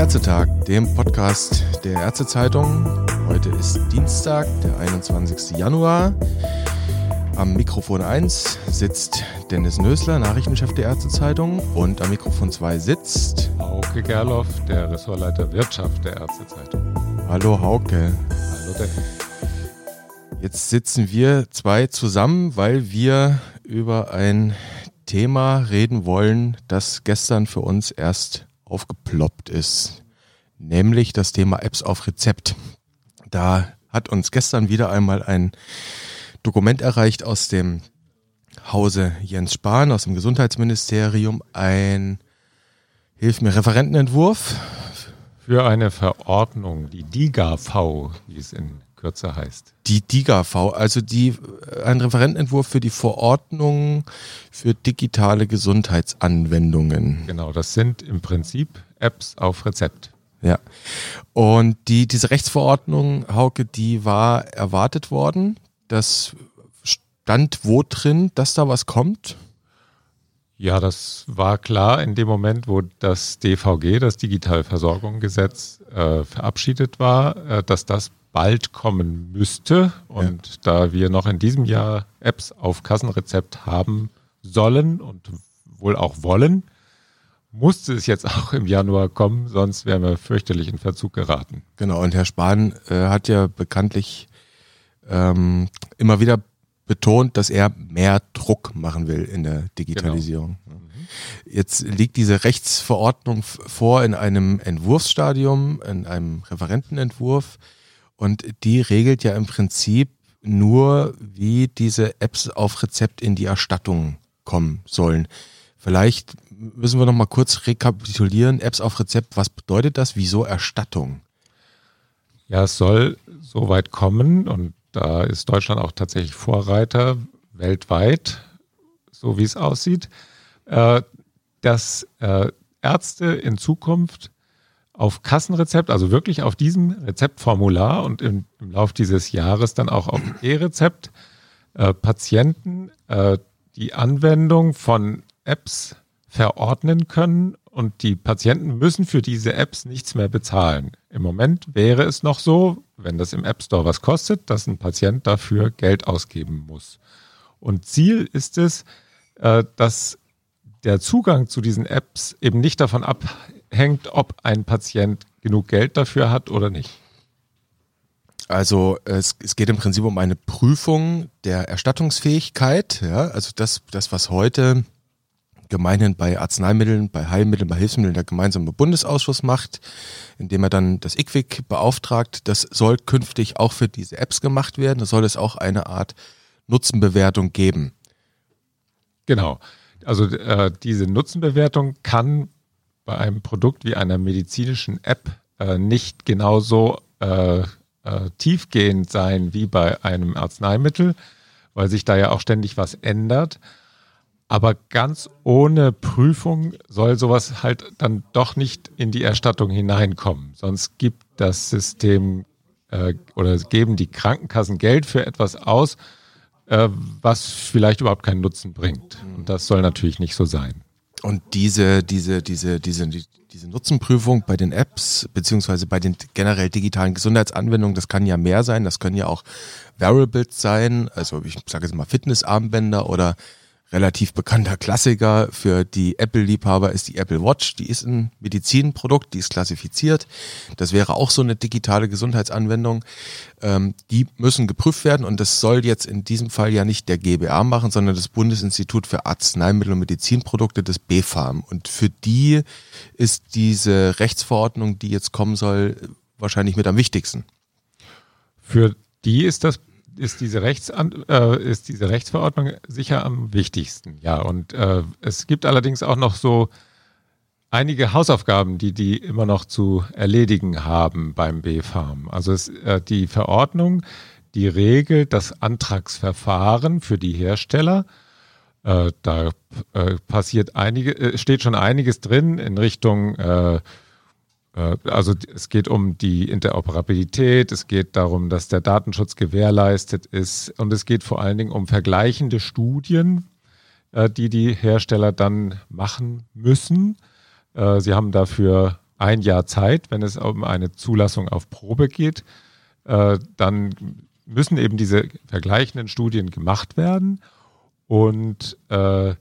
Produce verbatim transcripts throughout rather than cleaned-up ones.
Ärztetag, dem Podcast der Ärztezeitung. Heute ist Dienstag, der einundzwanzigster Januar. Am Mikrofon eins sitzt Dennis Nösler, Nachrichtenchef der Ärztezeitung. Und am Mikrofon zwei sitzt Hauke Gerloff, der Ressortleiter Wirtschaft der Ärztezeitung. Hallo Hauke. Hallo Dennis. Jetzt sitzen wir zwei zusammen, weil wir über ein Thema reden wollen, das gestern für uns erst aufgeploppt ist, nämlich das Thema Apps auf Rezept. Da hat uns gestern wieder einmal ein Dokument erreicht aus dem Hause Jens Spahn, aus dem Gesundheitsministerium, ein, hilf mir, Referentenentwurf. Für eine Verordnung, die D I G A V, wie es in Kürze heißt. Die D I G A V, also die, ein Referentenentwurf für die Verordnung für digitale Gesundheitsanwendungen. Genau, das sind im Prinzip Apps auf Rezept. Ja, und die, diese Rechtsverordnung, Hauke, die war erwartet worden. Das stand wo drin, dass da was kommt? Ja, das war klar in dem Moment, wo das D V G, das Digitalversorgungsgesetz, äh, verabschiedet war, äh, dass das bald kommen müsste. Und ja. Da wir noch in diesem Jahr Apps auf Kassenrezept haben sollen und wohl auch wollen, musste es jetzt auch im Januar kommen, sonst wären wir fürchterlich in Verzug geraten. Genau, und Herr Spahn äh, hat ja bekanntlich ähm, immer wieder betont, dass er mehr Druck machen will in der Digitalisierung. Genau. Mhm. Jetzt liegt diese Rechtsverordnung vor in einem Entwurfsstadium, in einem Referentenentwurf. Und die regelt ja im Prinzip nur, wie diese Apps auf Rezept in die Erstattung kommen sollen. Vielleicht müssen wir noch mal kurz rekapitulieren. Apps auf Rezept, was bedeutet das? Wieso Erstattung? Ja, es soll so weit kommen und da ist Deutschland auch tatsächlich Vorreiter weltweit, so wie es aussieht, dass Ärzte in Zukunft auf Kassenrezept, also wirklich auf diesem Rezeptformular und im, im Lauf dieses Jahres dann auch auf E-Rezept äh, Patienten äh, die Anwendung von Apps verordnen können und die Patienten müssen für diese Apps nichts mehr bezahlen. Im Moment wäre es noch so, wenn das im App Store was kostet, dass ein Patient dafür Geld ausgeben muss. Und Ziel ist es, äh, dass der Zugang zu diesen Apps eben nicht davon abhängt, ob ein Patient genug Geld dafür hat oder nicht. Also es, es geht im Prinzip um eine Prüfung der Erstattungsfähigkeit. Ja, also das, das, was heute gemeinhin bei Arzneimitteln, bei Heilmitteln, bei Hilfsmitteln der gemeinsame Bundesausschuss macht, indem er dann das I Q W I C beauftragt, das soll künftig auch für diese Apps gemacht werden. Da soll es auch eine Art Nutzenbewertung geben. Genau. Also äh, diese Nutzenbewertung kann bei einem Produkt wie einer medizinischen App äh, nicht genauso äh, äh, tiefgehend sein wie bei einem Arzneimittel, weil sich da ja auch ständig was ändert. Aber ganz ohne Prüfung soll sowas halt dann doch nicht in die Erstattung hineinkommen. Sonst gibt das System äh, oder geben die Krankenkassen Geld für etwas aus, was vielleicht überhaupt keinen Nutzen bringt. Und das soll natürlich nicht so sein. Und diese, diese, diese, diese, diese Nutzenprüfung bei den Apps, beziehungsweise bei den generell digitalen Gesundheitsanwendungen, das kann ja mehr sein. Das können ja auch Wearables sein, also ich sage jetzt mal Fitnessarmbänder oder relativ bekannter Klassiker für die Apple-Liebhaber ist die Apple Watch. Die ist ein Medizinprodukt, die ist klassifiziert. Das wäre auch so eine digitale Gesundheitsanwendung. Ähm, die müssen geprüft werden und das soll jetzt in diesem Fall ja nicht der G B A machen, sondern das Bundesinstitut für Arzneimittel und Medizinprodukte, das B fArM. Und für die ist diese Rechtsverordnung, die jetzt kommen soll, wahrscheinlich mit am wichtigsten. Für die ist das Ist diese, Rechtsan äh, ist diese Rechtsverordnung sicher am wichtigsten. Ja, und äh, es gibt allerdings auch noch so einige Hausaufgaben, die die immer noch zu erledigen haben beim B fArM. Also es, äh, die Verordnung, die regelt das Antragsverfahren für die Hersteller. Äh, da äh, passiert einige, äh, steht schon einiges drin in Richtung äh, Also es geht um die Interoperabilität, es geht darum, dass der Datenschutz gewährleistet ist und es geht vor allen Dingen um vergleichende Studien, die die Hersteller dann machen müssen. Sie haben dafür ein Jahr Zeit, wenn es um eine Zulassung auf Probe geht. Äh, dann müssen eben diese vergleichenden Studien gemacht werden. Und äh,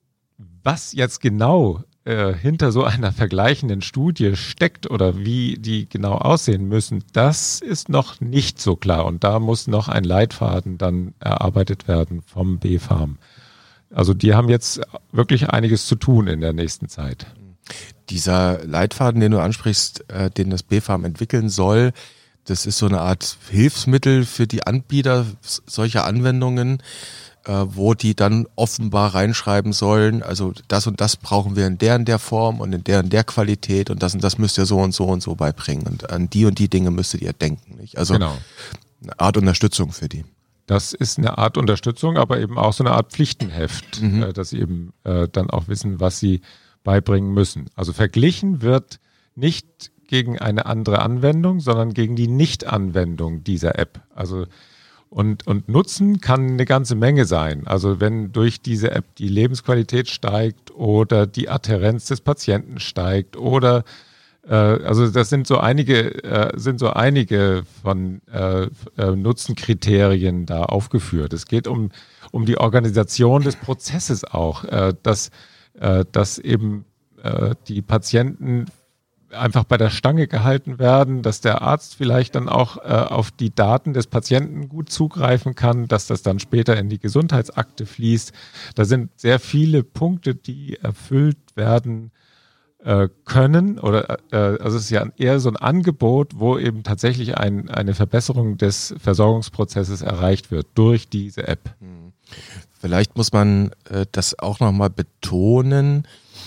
was jetzt genau äh, hinter so einer vergleichenden Studie steckt oder wie die genau aussehen müssen, das ist noch nicht so klar. Und da muss noch ein Leitfaden dann erarbeitet werden vom B fam. Also die haben jetzt wirklich einiges zu tun in der nächsten Zeit. Dieser Leitfaden, den du ansprichst, äh, den das B fam entwickeln soll, das ist so eine Art Hilfsmittel für die Anbieter solcher Anwendungen, äh, wo die dann offenbar reinschreiben sollen, also das und das brauchen wir in der und der Form und in der und der Qualität und das und das müsst ihr so und so und so beibringen und an die und die Dinge müsstet ihr denken. Nicht? Also genau. Eine Art Unterstützung für die. Das ist eine Art Unterstützung, aber eben auch so eine Art Pflichtenheft, mhm. äh, dass sie eben äh, dann auch wissen, was sie beibringen müssen. Also verglichen wird nicht gegen eine andere Anwendung, sondern gegen die Nicht-Anwendung dieser App. Also und, und Nutzen kann eine ganze Menge sein. Also wenn durch diese App die Lebensqualität steigt oder die Adhärenz des Patienten steigt oder äh, also das sind so einige äh, sind so einige von äh, äh, Nutzenkriterien da aufgeführt. Es geht um um die Organisation des Prozesses auch, äh, dass äh, dass eben äh, die Patienten einfach bei der Stange gehalten werden, dass der Arzt vielleicht dann auch äh, auf die Daten des Patienten gut zugreifen kann, dass das dann später in die Gesundheitsakte fließt. Da sind sehr viele Punkte, die erfüllt werden äh, können. Oder äh, also es ist ja eher so ein Angebot, wo eben tatsächlich ein, eine Verbesserung des Versorgungsprozesses erreicht wird durch diese App. Vielleicht muss man äh, das auch nochmal betonen,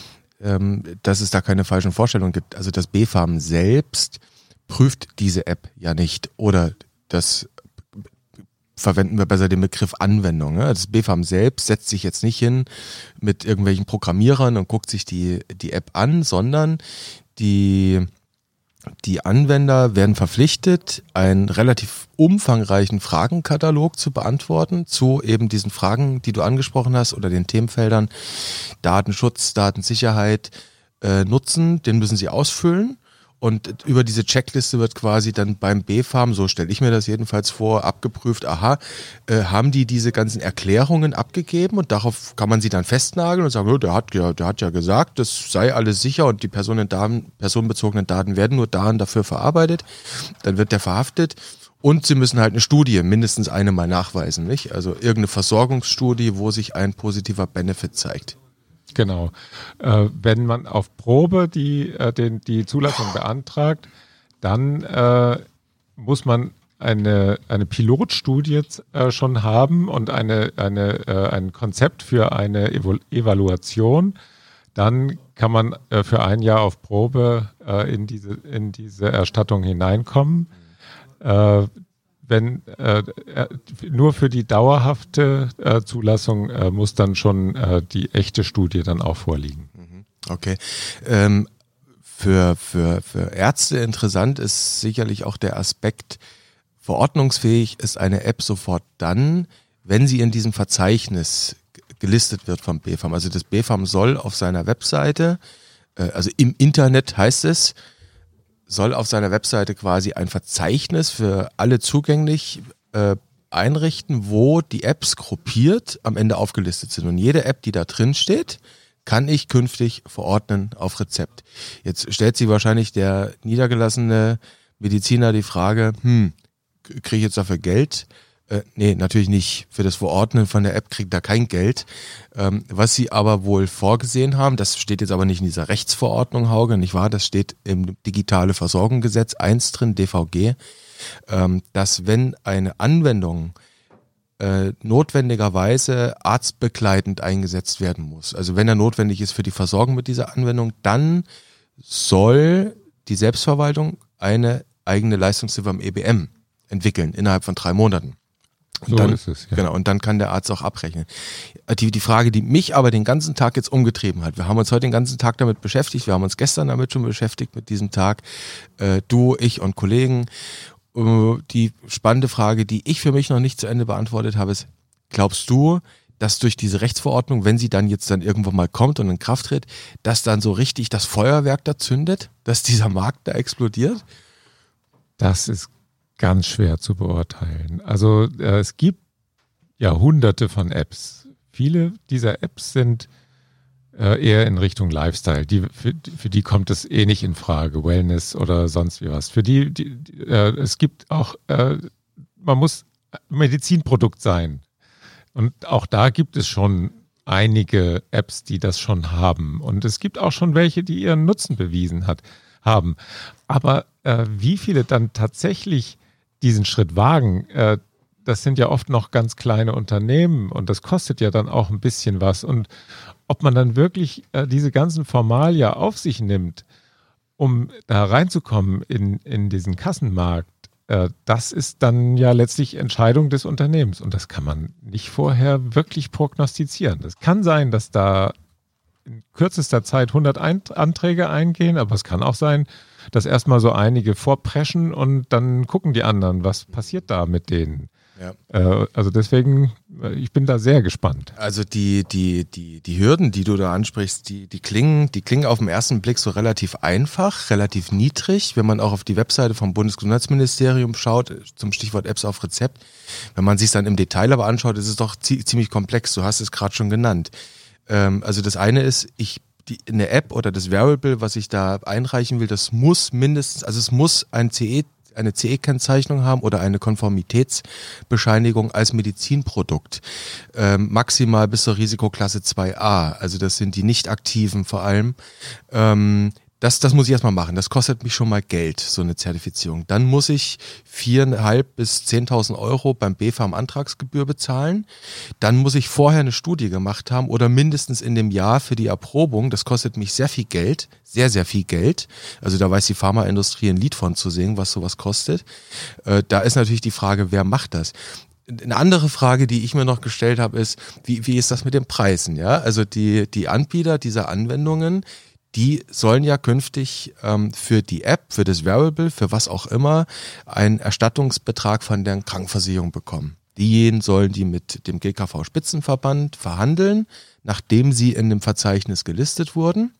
dass es da keine falschen Vorstellungen gibt. Also das B fam selbst prüft diese App ja nicht. Oder das verwenden wir besser den Begriff Anwendung. Das B fam selbst setzt sich jetzt nicht hin mit irgendwelchen Programmierern und guckt sich die, die App an, sondern die Die Anwender werden verpflichtet, einen relativ umfangreichen Fragenkatalog zu beantworten zu eben diesen Fragen, die du angesprochen hast, oder den Themenfeldern Datenschutz, Datensicherheit, äh, Nutzen, den müssen sie ausfüllen. Und über diese Checkliste wird quasi dann beim B fam, so stelle ich mir das jedenfalls vor, abgeprüft, aha, äh, haben die diese ganzen Erklärungen abgegeben und darauf kann man sie dann festnageln und sagen, oh, der hat ja, der hat ja gesagt, das sei alles sicher und die Personendaten, personenbezogenen Daten werden nur darin dafür verarbeitet. Dann wird der verhaftet und sie müssen halt eine Studie, mindestens eine mal nachweisen, nicht? Also irgendeine Versorgungsstudie, wo sich ein positiver Benefit zeigt. Genau. Äh, wenn man auf Probe die, äh, den, die Zulassung beantragt, dann äh, muss man eine, eine Pilotstudie äh, schon haben und eine, eine, äh, ein Konzept für eine Evalu- Evaluation. Dann kann man äh, für ein Jahr auf Probe äh, in, diese, in diese Erstattung hineinkommen. Äh, Wenn äh, nur für die dauerhafte äh, Zulassung äh, muss dann schon äh, die echte Studie dann auch vorliegen. Okay. Ähm, für, für, für Ärzte interessant ist sicherlich auch der Aspekt, verordnungsfähig ist eine App sofort dann, wenn sie in diesem Verzeichnis gelistet wird vom B fam. Also das B fam soll auf seiner Webseite, äh, also im Internet heißt es, soll auf seiner Webseite quasi ein Verzeichnis für alle zugänglich äh, einrichten, wo die Apps gruppiert am Ende aufgelistet sind. Und jede App, die da drin steht, kann ich künftig verordnen auf Rezept. Jetzt stellt sich wahrscheinlich der niedergelassene Mediziner die Frage, hm, kriege ich jetzt dafür Geld? Äh, nee, natürlich nicht. Für das Verordnen von der App kriegt er kein Geld. Ähm, was sie aber wohl vorgesehen haben, das steht jetzt aber nicht in dieser Rechtsverordnung, Hauge, nicht wahr? Das steht im Digitale Versorgungsgesetz eins drin, D V G, ähm, dass wenn eine Anwendung äh, notwendigerweise arztbegleitend eingesetzt werden muss, also wenn er notwendig ist für die Versorgung mit dieser Anwendung, dann soll die Selbstverwaltung eine eigene Leistungshilfe am E B M entwickeln, innerhalb von drei Monaten. Und so dann, ist es, ja. Genau, und dann kann der Arzt auch abrechnen. Die, die Frage, die mich aber den ganzen Tag jetzt umgetrieben hat, wir haben uns heute den ganzen Tag damit beschäftigt, wir haben uns gestern damit schon beschäftigt, mit diesem Tag, äh, du, ich und Kollegen. Äh, die spannende Frage, die ich für mich noch nicht zu Ende beantwortet habe, ist, glaubst du, dass durch diese Rechtsverordnung, wenn sie dann jetzt dann irgendwann mal kommt und in Kraft tritt, dass dann so richtig das Feuerwerk da zündet, dass dieser Markt da explodiert? Das ist ganz schwer zu beurteilen. Also äh, es gibt ja hunderte von Apps. Viele dieser Apps sind äh, eher in Richtung Lifestyle. Die, für, für die kommt es eh nicht in Frage, Wellness oder sonst wie was. Für die, die, die äh, es gibt auch, äh, man muss Medizinprodukt sein. Und auch da gibt es schon einige Apps, die das schon haben. Und es gibt auch schon welche, die ihren Nutzen bewiesen hat, haben. Aber äh, wie viele dann tatsächlich diesen Schritt wagen, äh, das sind ja oft noch ganz kleine Unternehmen und das kostet ja dann auch ein bisschen was. Und ob man dann wirklich äh, diese ganzen Formalien auf sich nimmt, um da reinzukommen in, in diesen Kassenmarkt, äh, das ist dann ja letztlich Entscheidung des Unternehmens. Und das kann man nicht vorher wirklich prognostizieren. Es kann sein, dass da in kürzester Zeit hundert Anträge eingehen, aber es kann auch sein, dass erstmal so einige vorpreschen und dann gucken die anderen, was passiert da mit denen. Ja. Äh, also deswegen, ich bin da sehr gespannt. Also die, die, die, die Hürden, die du da ansprichst, die, die klingen, die klingen auf den ersten Blick so relativ einfach, relativ niedrig, wenn man auch auf die Webseite vom Bundesgesundheitsministerium schaut, zum Stichwort Apps auf Rezept. Wenn man sich es dann im Detail aber anschaut, ist es doch zie- ziemlich komplex. Du hast es gerade schon genannt. Ähm, also das eine ist, ich die, eine App oder das Wearable, was ich da einreichen will, das muss mindestens, also es muss ein C E, eine C E-Kennzeichnung haben oder eine Konformitätsbescheinigung als Medizinprodukt. Ähm, maximal bis zur Risikoklasse zwei a, also das sind die nicht aktiven vor allem. Ähm, Das, das muss ich erstmal machen. Das kostet mich schon mal Geld, so eine Zertifizierung. Dann muss ich viereinhalb bis zehntausend Euro beim B F A M-Antragsgebühr bezahlen. Dann muss ich vorher eine Studie gemacht haben oder mindestens in dem Jahr für die Erprobung. Das kostet mich sehr viel Geld, sehr, sehr viel Geld. Also da weiß die Pharmaindustrie ein Lied von zu singen, was sowas kostet. Äh, da ist natürlich die Frage, wer macht das? Eine andere Frage, die ich mir noch gestellt habe, ist, wie, wie ist das mit den Preisen? Ja, also die, die Anbieter dieser Anwendungen, die sollen ja künftig ähm, für die App, für das Wearable, für was auch immer, einen Erstattungsbetrag von der Krankenversicherung bekommen. Diejenigen sollen die mit dem G K V-Spitzenverband verhandeln, nachdem sie in dem Verzeichnis gelistet wurden.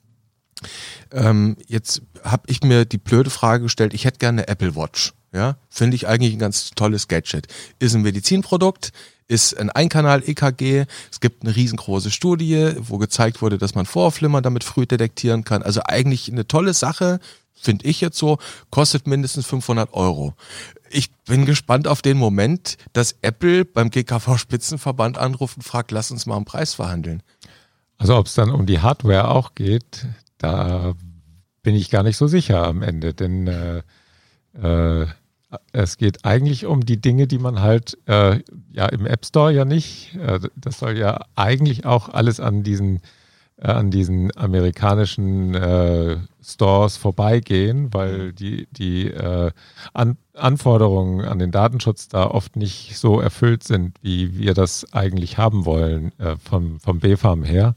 Ähm, jetzt habe ich mir die blöde Frage gestellt, ich hätte gerne eine Apple Watch. Ja, finde ich eigentlich ein ganz tolles Gadget. Ist ein Medizinprodukt, ist ein Einkanal-E K G. Es gibt eine riesengroße Studie, wo gezeigt wurde, dass man Vorhofflimmern damit früh detektieren kann. Also eigentlich eine tolle Sache, finde ich jetzt so, kostet mindestens fünfhundert Euro. Ich bin gespannt auf den Moment, dass Apple beim G K V-Spitzenverband anruft und fragt, lass uns mal einen Preis verhandeln. Also ob es dann um die Hardware auch geht, da bin ich gar nicht so sicher am Ende, denn äh, äh, es geht eigentlich um die Dinge, die man halt äh, ja im App Store ja nicht, äh, das soll ja eigentlich auch alles an diesen, äh, an diesen amerikanischen äh, Stores vorbeigehen, weil die, die äh, an, Anforderungen an den Datenschutz da oft nicht so erfüllt sind, wie wir das eigentlich haben wollen äh, vom, vom B F A M her.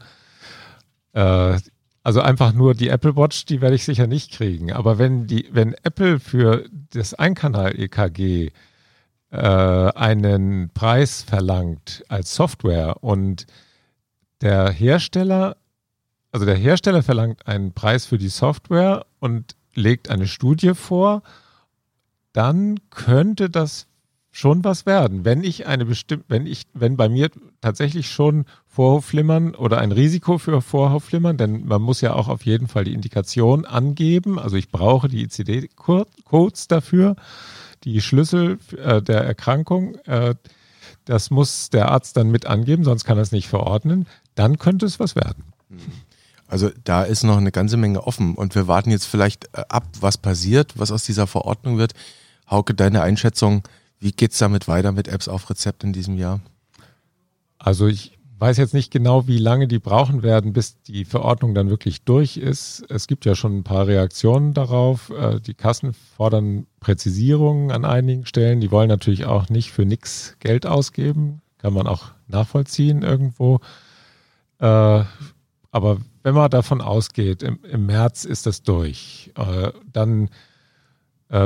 Äh, Also einfach nur die Apple Watch, die werde ich sicher nicht kriegen. Aber wenn die, wenn Apple für das Einkanal-E K G äh, einen Preis verlangt als Software und der Hersteller, also der Hersteller verlangt einen Preis für die Software und legt eine Studie vor, dann könnte das schon was werden. Wenn ich eine bestimmte, wenn ich, wenn bei mir tatsächlich schon Vorhofflimmern oder ein Risiko für Vorhofflimmern, denn man muss ja auch auf jeden Fall die Indikation angeben, also ich brauche die I C D-Codes dafür, die Schlüssel äh, der Erkrankung, äh, das muss der Arzt dann mit angeben, sonst kann er es nicht verordnen, dann könnte es was werden. Also da ist noch eine ganze Menge offen und wir warten jetzt vielleicht ab, was passiert, was aus dieser Verordnung wird. Hauke, deine Einschätzung, wie geht's damit weiter mit Apps auf Rezept in diesem Jahr? Also ich weiß jetzt nicht genau, wie lange die brauchen werden, bis die Verordnung dann wirklich durch ist. Es gibt ja schon ein paar Reaktionen darauf. Die Kassen fordern Präzisierungen an einigen Stellen. Die wollen natürlich auch nicht für nichts Geld ausgeben. Kann man auch nachvollziehen irgendwo. Aber wenn man davon ausgeht, im, im März ist das durch, dann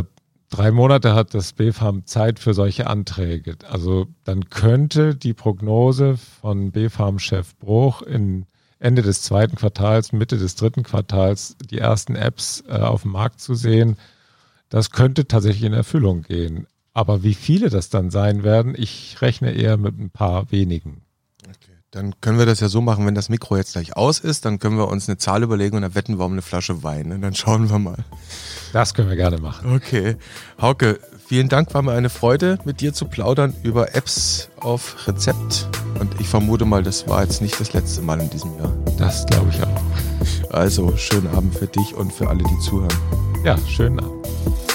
drei Monate hat das B F A M Zeit für solche Anträge. Also dann könnte die Prognose von B F A M-Chef Bruch in Ende des zweiten Quartals, Mitte des dritten Quartals die ersten Apps äh, auf dem Markt zu sehen, das könnte tatsächlich in Erfüllung gehen. Aber wie viele das dann sein werden, ich rechne eher mit ein paar wenigen. Okay. Dann können wir das ja so machen, wenn das Mikro jetzt gleich aus ist, dann können wir uns eine Zahl überlegen und dann wetten wir um eine Flasche Wein. Und dann schauen wir mal. Das können wir gerne machen. Okay. Hauke, vielen Dank, war mir eine Freude, mit dir zu plaudern über Apps auf Rezept. Und ich vermute mal, das war jetzt nicht das letzte Mal in diesem Jahr. Das glaube ich auch. Also, schönen Abend für dich und für alle, die zuhören. Ja, schönen Abend.